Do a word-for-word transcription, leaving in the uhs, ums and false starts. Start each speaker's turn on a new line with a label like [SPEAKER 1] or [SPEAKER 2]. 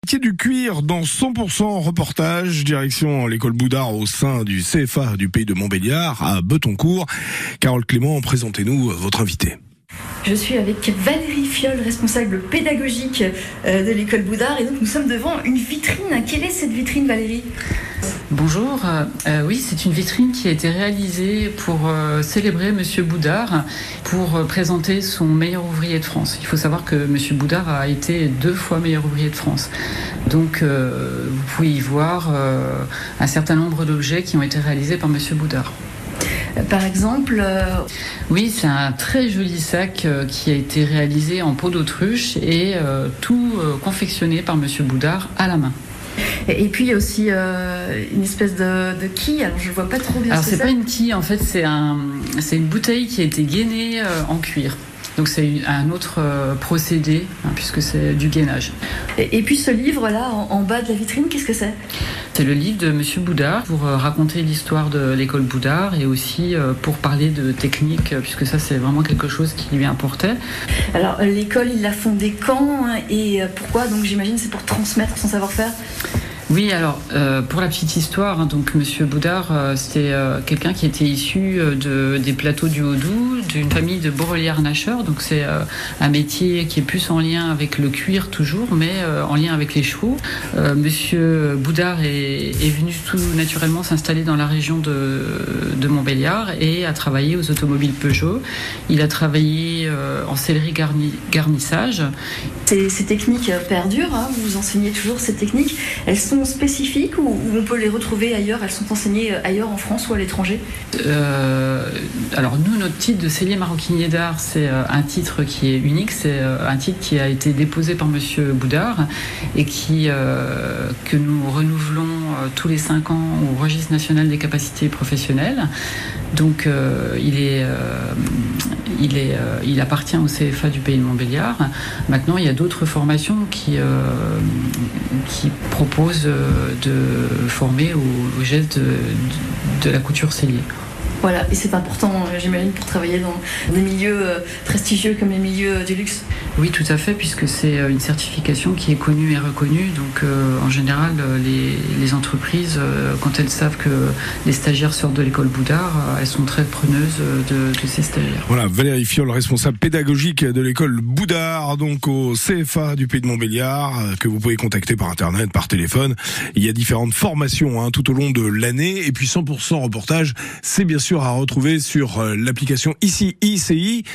[SPEAKER 1] Métier du cuir dans cent pour cent reportage, direction l'école Boudard au sein du C F A du pays de Montbéliard à Betoncourt. Carole Clément, présentez-nous votre invité.
[SPEAKER 2] Je suis avec Valérie Fiol, responsable pédagogique de l'école Boudard, et donc nous sommes devant une vitrine. Quelle est cette vitrine, Valérie ?
[SPEAKER 3] Bonjour, euh, oui, c'est une vitrine qui a été réalisée pour euh, célébrer Monsieur Boudard, pour euh, présenter son meilleur ouvrier de France. Il faut savoir que Monsieur Boudard a été deux fois meilleur ouvrier de France. Donc euh, vous pouvez y voir euh, un certain nombre d'objets qui ont été réalisés par Monsieur Boudard.
[SPEAKER 2] Par exemple euh...
[SPEAKER 3] Oui, c'est un très joli sac euh, qui a été réalisé en peau d'autruche et euh, tout euh, confectionné par Monsieur Boudard à la main.
[SPEAKER 2] Et puis il y a aussi euh, une espèce de, de quille, alors je ne vois pas trop bien
[SPEAKER 3] alors,
[SPEAKER 2] ce que c'est.
[SPEAKER 3] Alors c'est pas une quille, en fait c'est, un, c'est une bouteille qui a été gainée euh, en cuir. Donc c'est un autre euh, procédé, hein, puisque c'est du gainage.
[SPEAKER 2] Et, et puis ce livre-là, en, en bas de la vitrine, qu'est-ce que c'est ?
[SPEAKER 3] C'est le livre de Monsieur Boudard pour euh, raconter l'histoire de l'école Boudard et aussi euh, pour parler de technique, puisque ça c'est vraiment quelque chose qui lui importait.
[SPEAKER 2] Alors l'école, il l'a fondée quand et pourquoi ? Donc j'imagine c'est pour transmettre son savoir-faire ?
[SPEAKER 3] Oui, alors euh, pour la petite histoire, hein, donc Monsieur Boudard, euh, c'était euh, quelqu'un qui était issu de, des plateaux du Haut-Doubs, d'une famille de borelières-nacheurs. Donc c'est euh, un métier qui est plus en lien avec le cuir toujours, mais euh, en lien avec les chevaux. Euh, Monsieur Boudard est, est venu tout naturellement s'installer dans la région de, de Montbéliard et a travaillé aux automobiles Peugeot. Il a travaillé euh, en sellerie garni, garnissage.
[SPEAKER 2] Ces, ces techniques perdurent, hein, vous enseignez toujours ces techniques. Elles sont spécifiques ou on peut les retrouver ailleurs ? Elles sont enseignées ailleurs en France ou à l'étranger ?
[SPEAKER 3] euh, Alors nous, notre titre de sellier maroquinier d'art, c'est un titre qui est unique. C'est un titre qui a été déposé par Monsieur Boudard et qui, euh, que nous renouvelons euh, tous les cinq ans au Registre national des capacités professionnelles. Donc euh, il, est, euh, il, est, euh, il appartient au C F A du pays de Montbéliard. Maintenant, il y a d'autres formations qui, euh, qui proposent de former au, au geste de, de, de la couture sellier.
[SPEAKER 2] Voilà, et c'est important, j'imagine, pour travailler dans des milieux prestigieux comme les milieux du luxe.
[SPEAKER 3] Oui, tout à fait, puisque c'est une certification qui est connue et reconnue. Donc, euh, en général, les, les entreprises, euh, quand elles savent que les stagiaires sortent de l'école Boudard, elles sont très preneuses de, de ces stagiaires.
[SPEAKER 1] Voilà, Valérie Fiol, responsable pédagogique de l'école Boudard, donc au C F A du pays de Montbéliard, que vous pouvez contacter par internet, par téléphone. Il y a différentes formations hein, tout au long de l'année, et puis cent pour cent reportage, c'est bien sûr à retrouver sur l'application ici I C I.